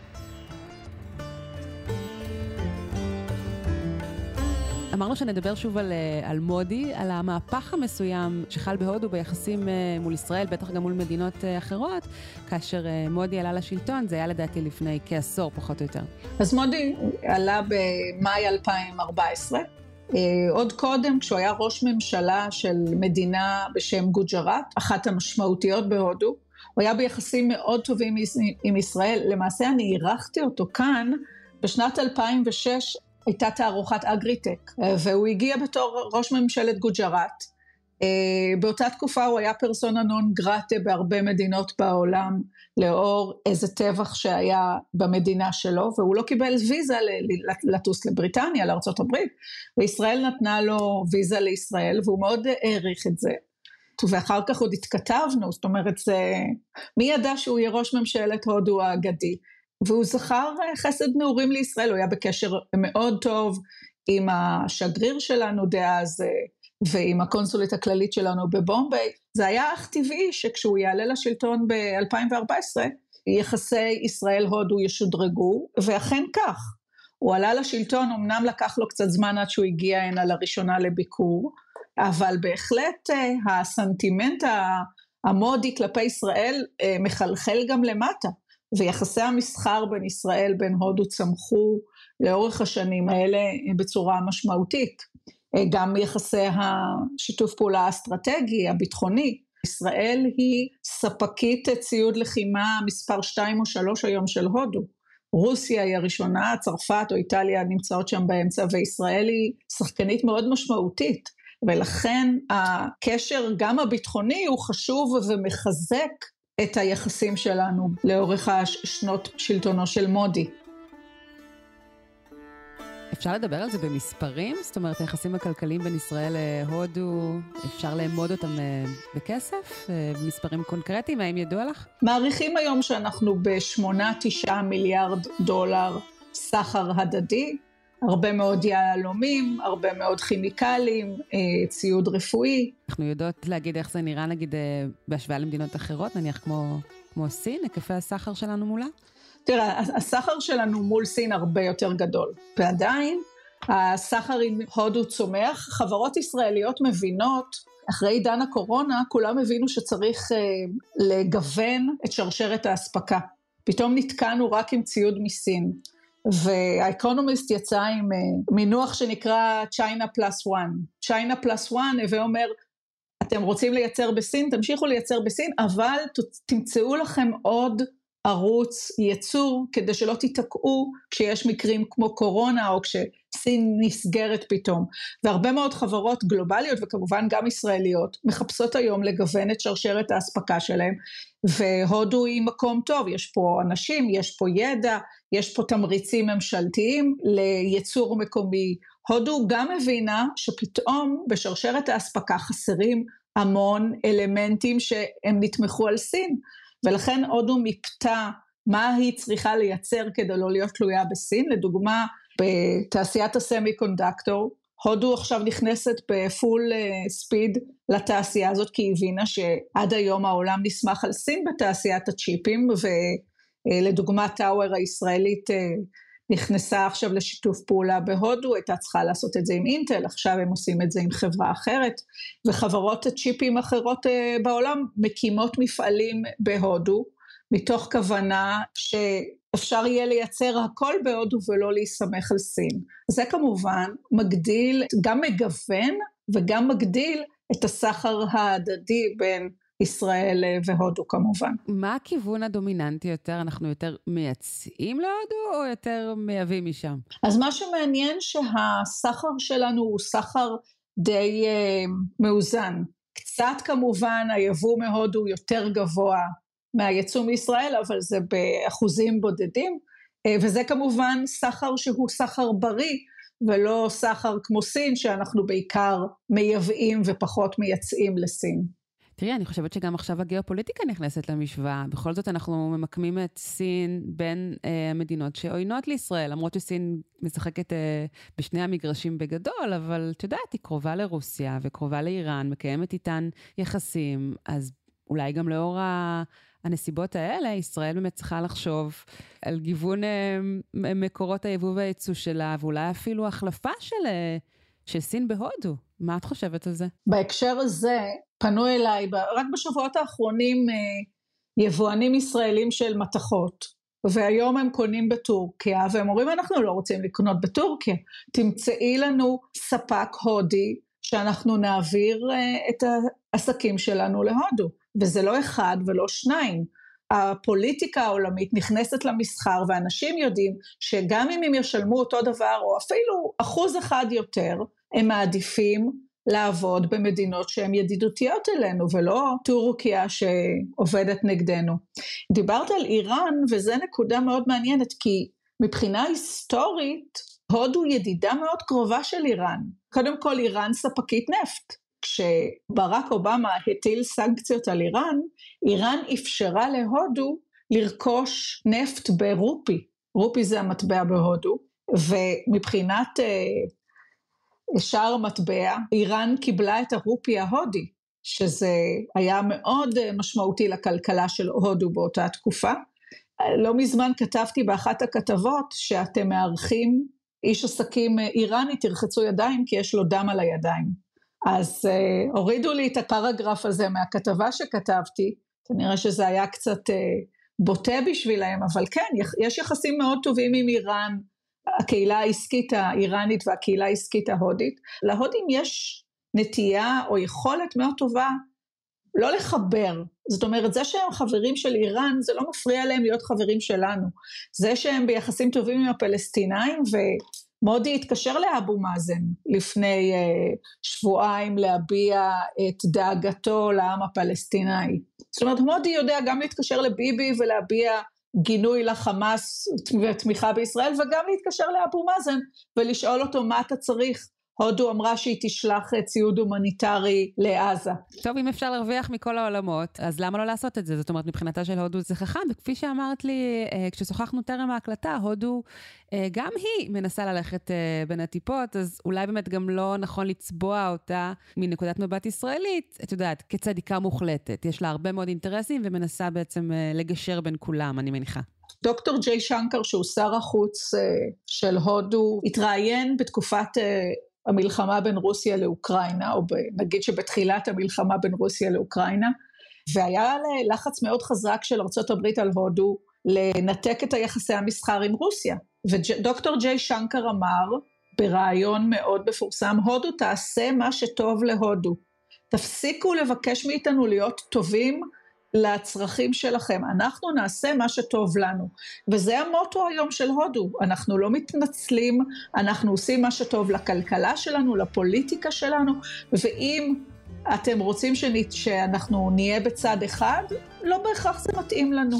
אמרנו שנדבר שוב על, על מודי, על המהפך המסוים שחל בהודו ביחסים מול ישראל, בטח גם מול מדינות אחרות, כאשר מודי עלה לשלטון, זה היה לדעתי לפני כעשור פחות או יותר. אז מודי עלה במאי אלפיים וארבע עשרה, עוד קודם, כשהוא היה ראש ממשלה של מדינה בשם גוג'ראט, אחת המשמעותיות בהודו, הוא היה ביחסים מאוד טובים עם ישראל. למעשה אני אירחתי אותו כאן, בשנת אלפיים ושש הייתה תערוכת אגריטק, והוא הגיע בתור ראש ממשלת גוג'ראט. באותה תקופה הוא היה פרסונה נון גרטה בהרבה מדינות בעולם, לאור איזה טבח שהיה במדינה שלו, והוא לא קיבל ויזה לטוס לבריטניה, לארצות הברית, וישראל נתנה לו ויזה לישראל, והוא מאוד העריך את זה. ואחר כך עוד התכתבנו, זאת אומרת, זה, מי ידע שהוא יהיה ראש ממשלת הודו האגדי, והוא זכר חסד נעורים לישראל, הוא היה בקשר מאוד טוב עם השגריר שלנו דאז, ועם הקונסולית הכללית שלנו בבומביי. זה היה אך טבעי שכשהוא יעלה לשלטון ב-אלפיים וארבע עשרה, יחסי ישראל-הודו ישודרגו, ואכן כך. הוא עלה לשלטון, אמנם לקח לו קצת זמן עד שהוא הגיע הנה לראשונה לביקור, אבל בהחלט הסנטימנט המודי כלפי ישראל מחלחל גם למטה, ויחסי המסחר בין ישראל, בין הודו צמחו לאורך השנים האלה בצורה משמעותית. גם יחסי השיתוף פעולה האסטרטגי, הביטחוני. ישראל היא ספקית ציוד לחימה מספר שתיים או שלוש היום של הודו. רוסיה היא הראשונה, צרפת או איטליה נמצאות שם באמצע, וישראל היא שחקנית מאוד משמעותית, ולכן הקשר גם הביטחוני הוא חשוב ומחזק את היחסים שלנו לאורך השנות שלטונו של מודי. אפשר לדבר על זה במספרים? זאת אומרת, היחסים הכלכליים בין ישראל להודו, אפשר לאמוד אותם בכסף? במספרים קונקרטיים, האם ידוע לך? מעריכים היום שאנחנו בשמונה, תשעה מיליארד דולר סחר הדדי, הרבה מאוד יהלומים, הרבה מאוד כימיקלים, ציוד רפואי. אנחנו יודעות להגיד איך זה נראה, נגיד, בהשוואה למדינות אחרות, נניח כמו, כמו סין, היקפי הסחר שלנו מולה? תראה, הסחר שלנו מול סין הרבה יותר גדול, ועדיין הסחר עם הודו צומח. חברות ישראליות מבינות, אחרי עידן הקורונה, כולם הבינו שצריך אה, לגוון את שרשרת האספקה. פתאום נתקענו רק עם ציוד מסין, והאקונומיסט יצא עם אה, מינוח שנקרא China plus one. China plus one, הווה אומר, אתם רוצים לייצר בסין, תמשיכו לייצר בסין, אבל תמצאו לכם עוד ערוץ ייצור, כדי שלא תתקעו כשיש מקרים כמו קורונה, או כשסין נסגרת פתאום. והרבה מאוד חברות גלובליות, וכמובן גם ישראליות, מחפשות היום לגוון את שרשרת האספקה שלהם, והודו היא מקום טוב, יש פה אנשים, יש פה ידע, יש פה תמריצים ממשלתיים לייצור מקומי. הודו גם מבינה שפתאום בשרשרת האספקה חסרים המון אלמנטים שהם נתמכו על סין, ולכן הודו מיפתה מה היא צריכה לייצר כדי לא להיות תלויה בסין. לדוגמה, בתעשיית הסמי קונדקטור, הודו עכשיו נכנסת בפול ספיד לתעשייה הזאת, כי היא הבינה שעד היום העולם נסמך על סין בתעשיית הצ'יפים, ולדוגמה טאוור הישראלית נכנסה עכשיו לשיתוף פעולה בהודו, הייתה צריכה לעשות את זה עם אינטל, עכשיו הם עושים את זה עם חברה אחרת, וחברות הצ'יפים אחרות בעולם מקימות מפעלים בהודו, מתוך כוונה שאפשר יהיה לייצר הכל בהודו ולא להיסמך על סין. זה כמובן מגדיל, גם מגוון וגם מגדיל את הסחר ההדדי בין ישראל והודו כמובן. מה הכיוון הדומיננטי יותר? אנחנו יותר מייצאים להודו או יותר מייבאים משם? אז מה שמעניין שהסחר שלנו הוא סחר די uh, מאוזן. קצת כמובן היבוא מהודו יותר גבוה מהייצוא מישראל, אבל זה באחוזים בודדים, uh, וזה כמובן סחר שהוא סחר בריא, ולא סחר כמו סין שאנחנו בעיקר מייבאים ופחות מייצאים לסין. תראי, אני חושבת שגם עכשיו הגיאופוליטיקה נכנסת למשוואה. בכל זאת אנחנו ממקמים את סין בין אה, המדינות שעוינות לישראל, למרות שסין משחקת אה, בשני המגרשים בגדול, אבל את יודעת, היא קרובה לרוסיה וקרובה לאיראן, מקיימת איתן יחסים, אז אולי גם לאור הנסיבות האלה, ישראל באמת צריכה לחשוב על גיוון אה, מקורות היבוא והייצוא שלה, ואולי אפילו החלפה של, אה, של סין בהודו. מה את חושבת על זה? בהקשר הזה, פנו אליי, רק בשבועות האחרונים, יבואנים ישראלים של מתכות, והיום הם קונים בטורקיה, והם אומרים, אנחנו לא רוצים לקנות בטורקיה, תמצאי לנו ספק הודי, שאנחנו נעביר את העסקים שלנו להודו, וזה לא אחד ולא שניים. הפוליטיקה העולמית נכנסת למסחר, ואנשים יודעים שגם אם הם ישלמו אותו דבר, או אפילו אחוז אחד יותר, הם מעדיפים לעבוד במדינות שהן ידידותיות אלינו, ולא טורקיה שעובדת נגדנו. דיברת על איראן, וזה נקודה מאוד מעניינת, כי מבחינה היסטורית, הודו ידידה מאוד קרובה של איראן. קודם כל, איראן ספקית נפט. כשברק אובמה הטיל סנקציות על איראן, איראן אפשרה להודו לרכוש נפט ברופי, רופי זה המטבע בהודו, ומבחינת שער מטבע, איראן קיבלה את הרופי ההודי, שזה היה מאוד משמעותי לכלכלה של הודו באותה תקופה. לא מזמן כתבתי באחת הכתבות שאתם מארחים איש עסקים איראני, תרחצו ידיים כי יש לו דם על הידיים. אז uh, הורידו לי את הפרגרף הזה מהכתבה שכתבתי, כנראה שזה היה קצת uh, בוטה בשבילהם, אבל כן, יש יחסים מאוד טובים עם איראן, הקהילה העסקית האיראנית והקהילה העסקית ההודית. להודים יש נטייה או יכולת מאוד טובה לא לחבר, זאת אומרת, זה שהם חברים של איראן, זה לא מפריע להם להיות חברים שלנו, זה שהם ביחסים טובים עם הפלסטינאים, ומודי התקשר לאבו מאזן לפני uh, שבועיים להביע את דאגתו לעם הפלסטיני, זאת אומרת, מודי יודע גם להתקשר לביבי ולהביע גינוי לחמאס ותמיכה בישראל, וגם להתקשר לאבו מאזן ולשאול אותו מה אתה צריך, הודו אמרה שהיא תשלח ציוד הומניטרי לעזה. טוב, אם אפשר להרוויח מכל העולמות, אז למה לא לעשות את זה? זאת אומרת, מבחינתה של הודו זה חכם, וכפי שאמרת לי, כששוחחנו טרם ההקלטה, הודו גם היא מנסה ללכת בין הטיפות, אז אולי באמת גם לא נכון לצבוע אותה מנקודת מבט ישראלית, את יודעת, כצדיקה מוחלטת. יש לה הרבה מאוד אינטרסים, ומנסה בעצם לגשר בין כולם, אני מניחה. דוקטור ג'יי שנקר, שהוא שר החוץ של הודו, התראיין בתקופת המלחמה בין רוסיה לאוקראינה, או נגיד שבתחילת המלחמה בין רוסיה לאוקראינה, והיה לחץ מאוד חזק של ארצות הברית על הודו, לנתק את היחסי המסחר עם רוסיה. ודוקטור ג'יי שנקר אמר, ברעיון מאוד מפורסם, הודו תעשה מה שטוב להודו. תפסיקו לבקש מאיתנו להיות טובים לצרכים שלכם, אנחנו נעשה מה שטוב לנו, וזה המוטו היום של הודו, אנחנו לא מתנצלים, אנחנו עושים מה שטוב לכלכלה שלנו, לפוליטיקה שלנו, ואם אתם רוצים שאנחנו נהיה בצד אחד, לא בהכרח זה מתאים לנו.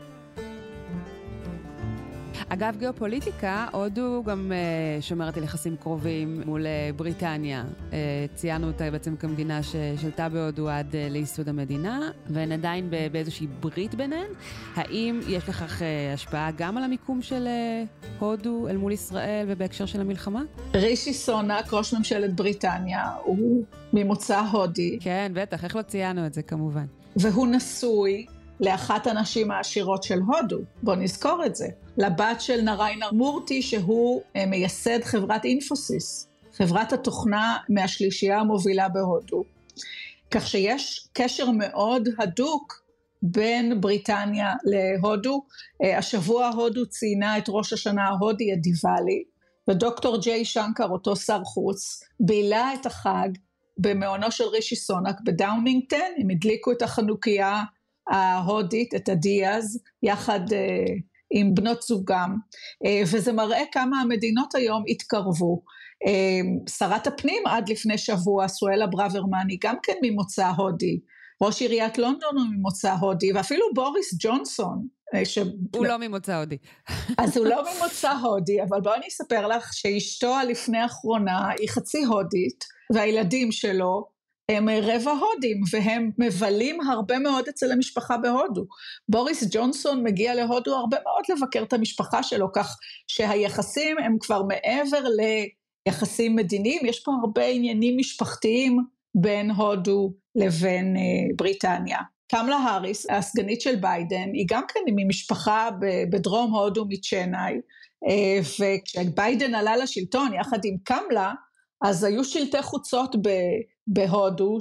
אגב, גיאופוליטיקה, הודו גם uh, שומרת על יחסים קרובים מול uh, בריטניה. Uh, ציינו אותה בעצם כמדינה ששלטה בהודו עד uh, לייסוד המדינה, והן עדיין באיזושהי ברית ביניהן. האם יש לכך uh, השפעה גם על המיקום של uh, הודו אל מול ישראל ובהקשר של המלחמה? רישי סונאק, ראש ממשלת בריטניה, הוא ממוצא הודי. כן, בטח, איך לא ציינו את זה כמובן. והוא נשוי לאחת הנשים העשירות של הודו, בוא נזכור את זה, לבת של נריינה מורטי, שהוא מייסד חברת אינפוסיס, חברת התוכנה מהשלישייה המובילה בהודו, כך שיש קשר מאוד הדוק בין בריטניה להודו. השבוע הודו ציינה את ראש השנה ההודי הדיוואלי, ודוקטור ג'יי שנקר, אותו שר חוץ, בילה את החג במעונו של רישי סונאק בדאונינגטון, הם הדליקו את החנוכיה ההודית, את הדיאז, יחד uh, עם בנות זוגם, uh, וזה מראה כמה המדינות היום התקרבו. Uh, שרת הפנים עד לפני שבוע, סואלה ברוורמן, היא גם כן ממוצא הודי, ראש עיריית לונדון הוא ממוצא הודי, ואפילו בוריס ג'ונסון, ש... הוא לא ממוצא הודי. אז הוא לא ממוצא הודי, אבל בואי אני אספר לך שאשתו הלפני האחרונה היא חצי הודית, והילדים שלו הם רבע הודים, והם מבלים הרבה מאוד אצל המשפחה בהודו. בוריס ג'ונסון מגיע להודו הרבה מאוד לבקר את המשפחה שלו, כך שהיחסים הם כבר מעבר ליחסים מדיניים, יש פה הרבה עניינים משפחתיים בין הודו לבין uh, בריטניה. קמלה האריס, הסגנית של ביידן, היא גם כן ממשפחה בדרום הודו מצ'נאי, uh, וכשביידן עלה לשלטון יחד עם קמלה, אז היו שלטי חוצות ב, בהודו,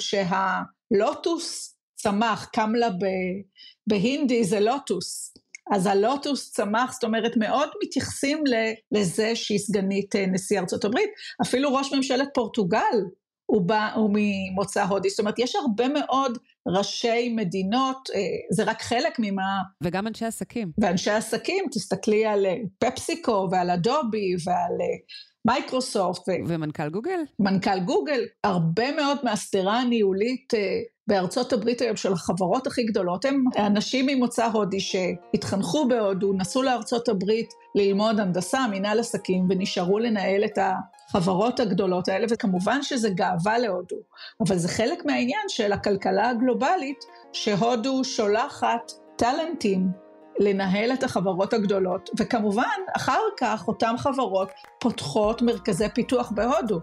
שהלוטוס צמח, קמלה ב, בהינדי זה לוטוס, אז הלוטוס צמח, זאת אומרת מאוד מתייחסים לזה שהיא סגנית נשיא ארצות הברית, אפילו ראש ממשלת פורטוגל הוא, בא, הוא ממוצא הודי, זאת אומרת יש הרבה מאוד ראשי מדינות, זה רק חלק ממה... וגם אנשי עסקים. ואנשי עסקים, תסתכלי על פפסיקו ועל אדובי ועל... מייקרוסופט. ו... ומנכ"ל גוגל. מנכ"ל גוגל, הרבה מאוד מהסדרה הניהולית בארצות הברית היום של החברות הכי גדולות, הם אנשים ממוצא הודי שהתחנכו בהודו, נסעו לארצות הברית ללמוד הנדסה, מנהל עסקים, ונשארו לנהל את החברות הגדולות האלה, וכמובן שזה גאווה להודו, אבל זה חלק מהעניין של הכלכלה הגלובלית, שהודו שולחת טלנטים לנהל את החברות הגדולות, וכמובן אחר כך אותם חברות פותחות מרכזי פיתוח בהודו.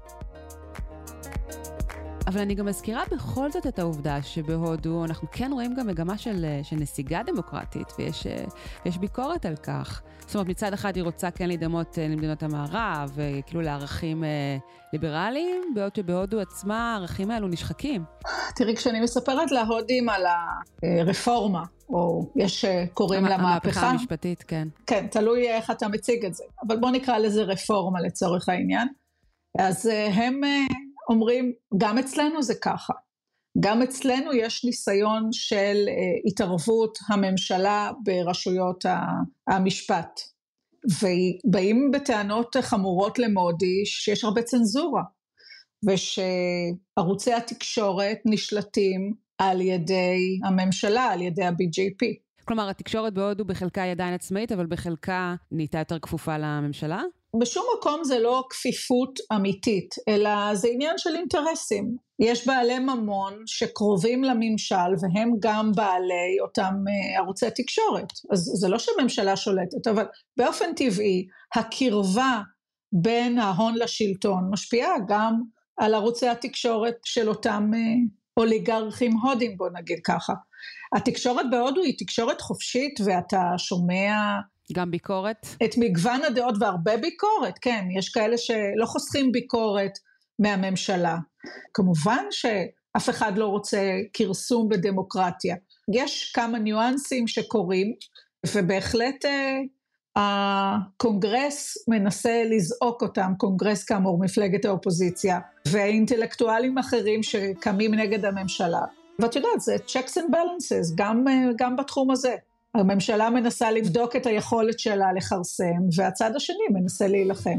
אבל אני גם מזכירה בכל זאת את העובדה שבהודו אנחנו כן רואים גם מגמה של, של נסיגה דמוקרטית, ויש, ויש ביקורת על כך. זאת אומרת, מצד אחד היא רוצה כן להידמות למדינות המערב, וכאילו לערכים ליברליים, בעוד שבהודו עצמה הערכים האלו נשחקים. תראי, כשאני מספרת להודים על הרפורמה, או יש קוראים לה מהפכה. המהפכה המשפטית, כן. כן, תלוי איך אתה מציג את זה. אבל בוא נקרא לזה רפורמה לצורך העניין. אז הם אומרים, גם אצלנו זה ככה. גם אצלנו יש ניסיון של התערבות הממשלה ברשויות המשפט. ובאים בטענות חמורות למודי שיש הרבה צנזורה, ושערוצי התקשורת נשלטים על ידי הממשלה, על ידי ה-בי ג'יי פי. כלומר, התקשורת בהודו בחלקה היא עדיין עצמאית, אבל בחלקה נהייתה יותר כפופה לממשלה? בשום מקום זה לא כפיפות אמיתית, אלא זה עניין של אינטרסים. יש בעלי ממון שקרובים לממשל, והם גם בעלי אותם ערוצי תקשורת. אז זה לא שהממשלה שולטת, אבל באופן טבעי, הקרבה בין ההון לשלטון משפיעה גם על ערוצי התקשורת של אותם אוליגרכים הודים, בוא נגיד ככה. התקשורת בהודו היא תקשורת חופשית, ואתה שומע גם ביקורת? את מגוון הדעות והרבה ביקורת, כן, יש כאלה שלא חוסכים ביקורת מהממשלה. כמובן שאף אחד לא רוצה כרסום בדמוקרטיה. יש כמה ניואנסים שקורים, ובהחלט אה, הקונגרס מנסה לזעוק אותם, קונגרס כאמור מפלגת האופוזיציה, והאינטלקטואלים אחרים שקמים נגד הממשלה. ואת יודעת, זה checks and balances, גם, גם בתחום הזה. הממשלה מנסה לבדוק את היכולת שלה לחרסם, והצד השני מנסה להילחם.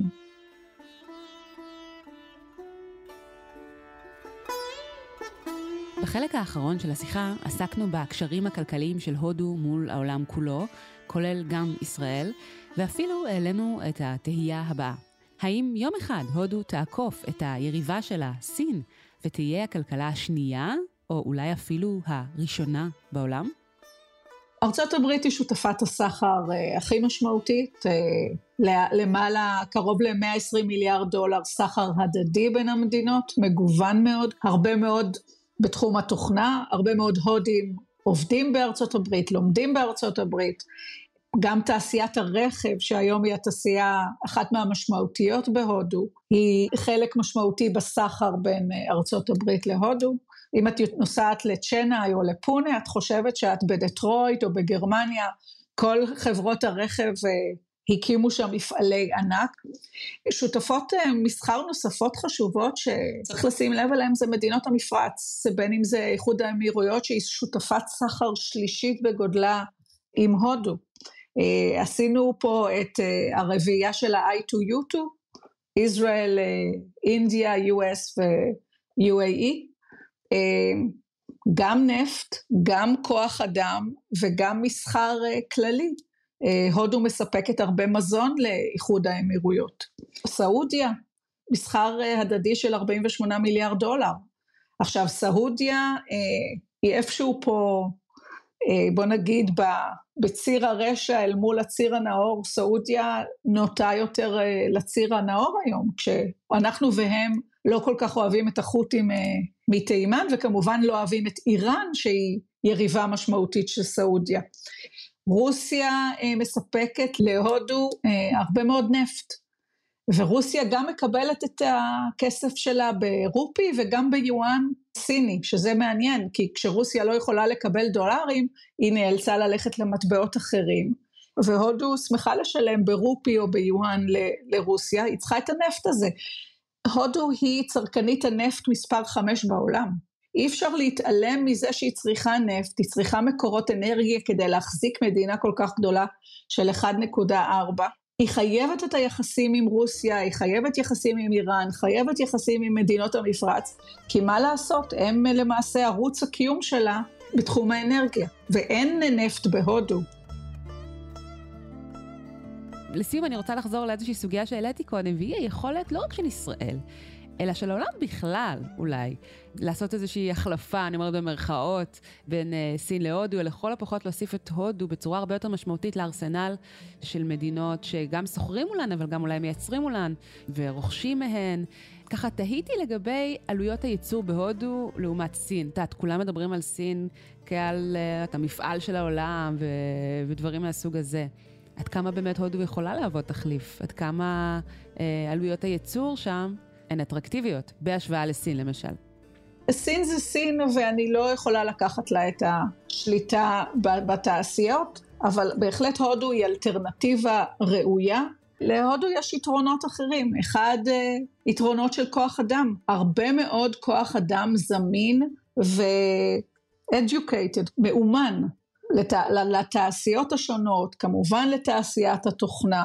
בחלק האחרון של השיחה עסקנו בהקשרים הכלכליים של הודו מול העולם כולו, כולל גם ישראל, ואפילו העלינו את התהייה הבאה. האם יום אחד הודו תעקוף את היריבה שלה, סין, ותהיה הכלכלה השנייה, או אולי אפילו הראשונה בעולם? ארצות הברית היא שותפת הסחר הכי משמעותית, למעלה קרוב ל-מאה ועשרים מיליארד דולר סחר הדדי בין המדינות, מגוון מאוד, הרבה מאוד בתחום התוכנה, הרבה מאוד הודים עובדים בארצות הברית, לומדים בארצות הברית, גם תעשיית הרכב שהיום היא התעשייה אחת מהמשמעותיות בהודו, היא חלק משמעותי בסחר בין ארצות הברית להודו. אם את נוסעת לצ'נאי או לפונה, את חושבת שאת בדטרויט או בגרמניה, כל חברות הרכב הקימו שם מפעלי ענק. שותפות מסחר נוספות חשובות שצריך לשים לב אליהם זה מדינות המפרץ, זה בין אם זה איחוד האמירויות שהיא שותפת סחר שלישית בגודלה עם הודו. עשינו פה את הרביעייה של ה-איי טו יו טו, ישראל, אינדיה, יו אס ו-יו איי אי, גם נפט, גם כוח אדם וגם מסחר כללי. הודו מספקת הרבה מזון לאיחוד האמירויות. סעודיה, מסחר הדדי של ארבעים ושמונה מיליארד דולר. עכשיו, סעודיה היא איפשהו פה, בוא נגיד, בציר הרשע אל מול הציר הנאור, סעודיה נוטה יותר לציר הנאור היום, כשאנחנו והם לא כל כך אוהבים את החות'ים מתימן, וכמובן לא אוהבים את איראן, שהיא יריבה משמעותית של סעודיה. רוסיה מספקת להודו הרבה מאוד נפט, ורוסיה גם מקבלת את הכסף שלה ברופי וגם ביואן סיני, שזה מעניין, כי כשרוסיה לא יכולה לקבל דולרים, היא נאלצה ללכת למטבעות אחרים, והודו שמחה לשלם ברופי או ביואן ל- לרוסיה, היא צריכה את הנפט הזה. הודו היא צרכנית הנפט מספר חמש בעולם, אי אפשר להתעלם מזה שהיא צריכה נפט, היא צריכה מקורות אנרגיה כדי להחזיק מדינה כל כך גדולה של אחת נקודה ארבע, היא חייבת את היחסים עם רוסיה, היא חייבת יחסים עם איראן, חייבת יחסים עם מדינות המפרץ, כי מה לעשות, הם למעשה ערוץ הקיום שלה בתחום האנרגיה, ואין נפט בהודו. לסיום אני רוצה לחזור לאיזושהי סוגיה שהעליתי קודם, והיא היכולת לא רק של ישראל, אלא של העולם בכלל, אולי, לעשות איזושהי החלפה, אני אומרת במרכאות, בין uh, סין להודו, ולכל הפחות להוסיף את הודו בצורה הרבה יותר משמעותית לארסנל של מדינות שגם סוחרים מולן, אבל גם אולי מייצרים מולן, ורוכשים מהן. ככה תהיתי לגבי עלויות הייצור בהודו לעומת סין. תעת, כולם מדברים על סין כעל uh, המפעל של העולם ו- ודברים מהסוג הזה. עד כמה באמת הודו יכולה לעבוד תחליף? עד כמה uh, עלויות הייצור שם הן אטרקטיביות, בהשוואה לסין למשל? סין זה סין, ואני לא יכולה לקחת לה את השליטה בתעשיות, אבל בהחלט הודו היא אלטרנטיבה ראויה. להודו יש יתרונות אחרים. אחד, יתרונות של כוח אדם. הרבה מאוד כוח אדם זמין ו-educated, מאומן לת... לתעשיות השונות, כמובן לתעשיית התוכנה.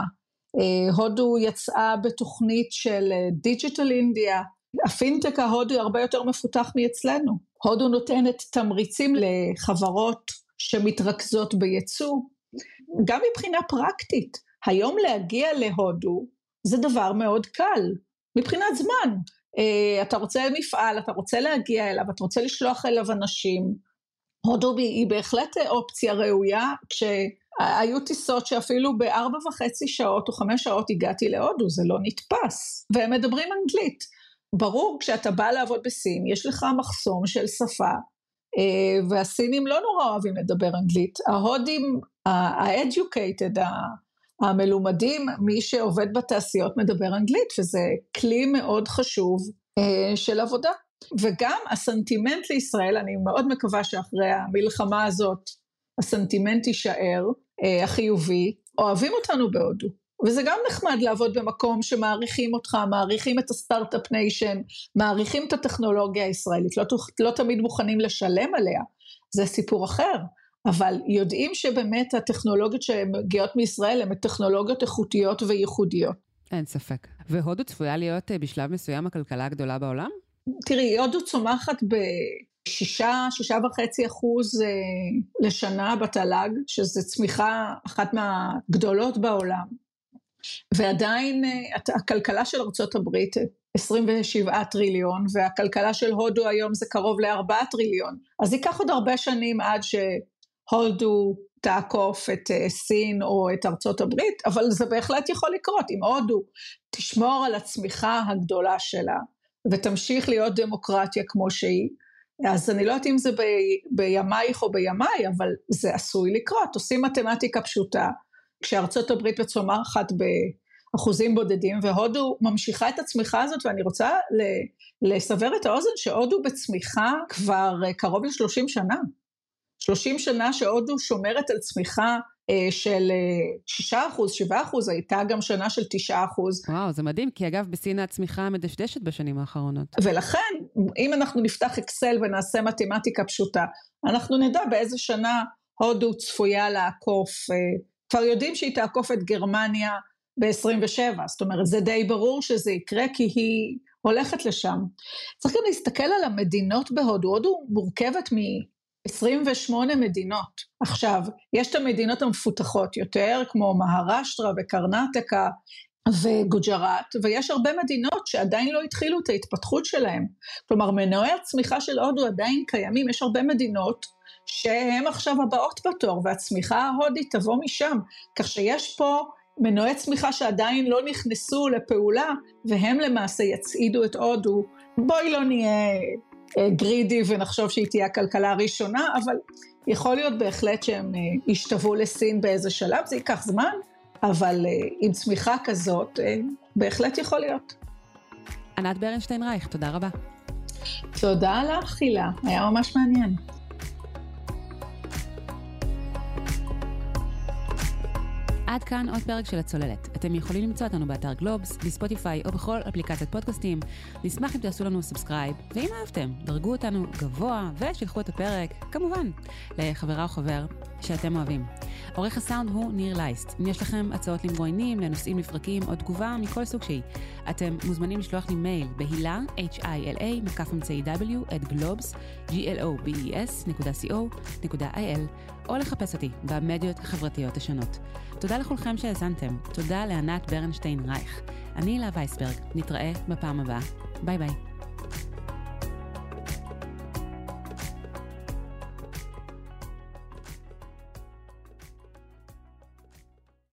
הודו יצאה בתוכנית של דיג'יטל אינדיה, הפינטק ההודו הרבה יותר מפותח מאצלנו. הודו נותנת תמריצים לחברות שמתרכזות בייצוא, גם מבחינה פרקטית. היום להגיע להודו זה דבר מאוד קל, מבחינת זמן. אתה רוצה מפעל, אתה רוצה להגיע אליו, אתה רוצה לשלוח אליו אנשים. הודו היא בהחלט אופציה ראויה, כשהיו טיסות שאפילו בארבע וחצי שעות או חמש שעות הגעתי להודו, זה לא נתפס, והם מדברים אנגלית. ברור, כשאתה בא לעבוד בסין, יש לך מחסום של שפה, והסינים לא נורא אוהבים לדבר אנגלית. ההודים, ה-educated, המלומדים, מי שעובד בתעשיות מדבר אנגלית, וזה כלי מאוד חשוב של עבודה. וגם הסנטימנט לישראל, אני מאוד מקווה שאחרי המלחמה הזאת, הסנטימנט יישאר, החיובי, אוהבים אותנו בהודו. וזה גם נחמד לעבוד במקום שמעריכים אותך, מעריכים את הסטארט-אפ ניישן, מעריכים את הטכנולוגיה הישראלית, לא, לא תמיד מוכנים לשלם עליה, זה סיפור אחר, אבל יודעים שבאמת הטכנולוגיות שמגיעות מישראל, הן טכנולוגיות איכותיות וייחודיות. אין ספק. והודו צפויה להיות בשלב מסוים הכלכלה הגדולה בעולם? תראי, הודו צומחת בשישה, שישה וחצי אחוז לשנה בתל"ג, שזה צמיחה אחת מהגדולות בעולם. ועדיין הכלכלה של ארצות הברית עשרים ושבעה טריליון, והכלכלה של הודו היום זה קרוב לארבעה טריליון. אז ייקח עוד הרבה שנים עד שהודו תעקוף את סין או את ארצות הברית, אבל זה בהחלט יכול לקרות. אם הודו תשמור על הצמיחה הגדולה שלה, ותמשיך להיות דמוקרטיה כמו שהיא, אז אני לא יודעת אם זה ב, בימייך או בימי, אבל זה עשוי לקרות. עושים מתמטיקה פשוטה, כשארצות הברית בצומחת באחוזים בודדים, והודו ממשיכה את הצמיחה הזאת, ואני רוצה לסבר את האוזן שהודו בצמיחה כבר קרוב ל-שלושים שנה. שלושים שנה שהודו שומרת על צמיחה של שישה אחוז, שבעה אחוז, הייתה גם שנה של תשעה אחוז. וואו, זה מדהים, כי אגב בסין הצמיחה מדשדשת בשנים האחרונות. ולכן, אם אנחנו נפתח אקסל ונעשה מתמטיקה פשוטה, אנחנו נדע באיזה שנה הודו צפויה לעקוף, כבר יודעים שהיא תעקוף את גרמניה ב-עשרים ושבע, זאת אומרת, זה די ברור שזה יקרה, כי היא הולכת לשם. צריך גם להסתכל על המדינות בהודו, הודו מורכבת מ... עשרים ושמונה מדינות. עכשיו, יש את המדינות המפותחות יותר, כמו מהראשטרה וקרנטקה וגוג'ראט, ויש הרבה מדינות שעדיין לא התחילו את ההתפתחות שלהם. כלומר, מנועי הצמיחה של הודו עדיין קיימים, יש הרבה מדינות שהן עכשיו הבאות בתור, והצמיחה ההודית תבוא משם, כך שיש פה מנועי צמיחה שעדיין לא נכנסו לפעולה, והם למעשה יצעידו את הודו. בואי לא נהיה גרידי ונחשוב שהיא תהיה הכלכלה הראשונה, אבל יכול להיות בהחלט שהם ישתוו לסין באיזה שלב, זה ייקח זמן, אבל עם צמיחה כזאת, בהחלט יכול להיות. ענת ברנשטיין רייך, תודה רבה. תודה לך, הילה, היה ממש מעניין. עד כאן עוד פרק של הצוללת. אתם יכולים למצוא אותנו באתר גלובס, בספוטיפיי או בכל אפליקציית פודקאסטים. נשמח אם תעשו לנו סאבסקרייב, ואם אהבתם, דרגו אותנו גבוה ושלחו את הפרק, כמובן, לחברה או חבר שאתם אוהבים. עורך הסאונד הוא ניר לייסט. אם יש לכם הצעות למרואיינים, לנושאים לפרקים או תגובה מכל סוג שהיא, אתם מוזמנים לשלוח לי מייל בהילה, H-I-L-A, מקף אמצעי W, at globes, G-L-O-B-E-S, נקודה C-O, נקודה I-L, או לחפש אותי במדיות החברתיות השונות. תודה לכולכם שהאזנתם. תודה לענת ברנשטיין רייך. אני הילה וייסברג. נתראה בפעם הבאה. ביי ביי.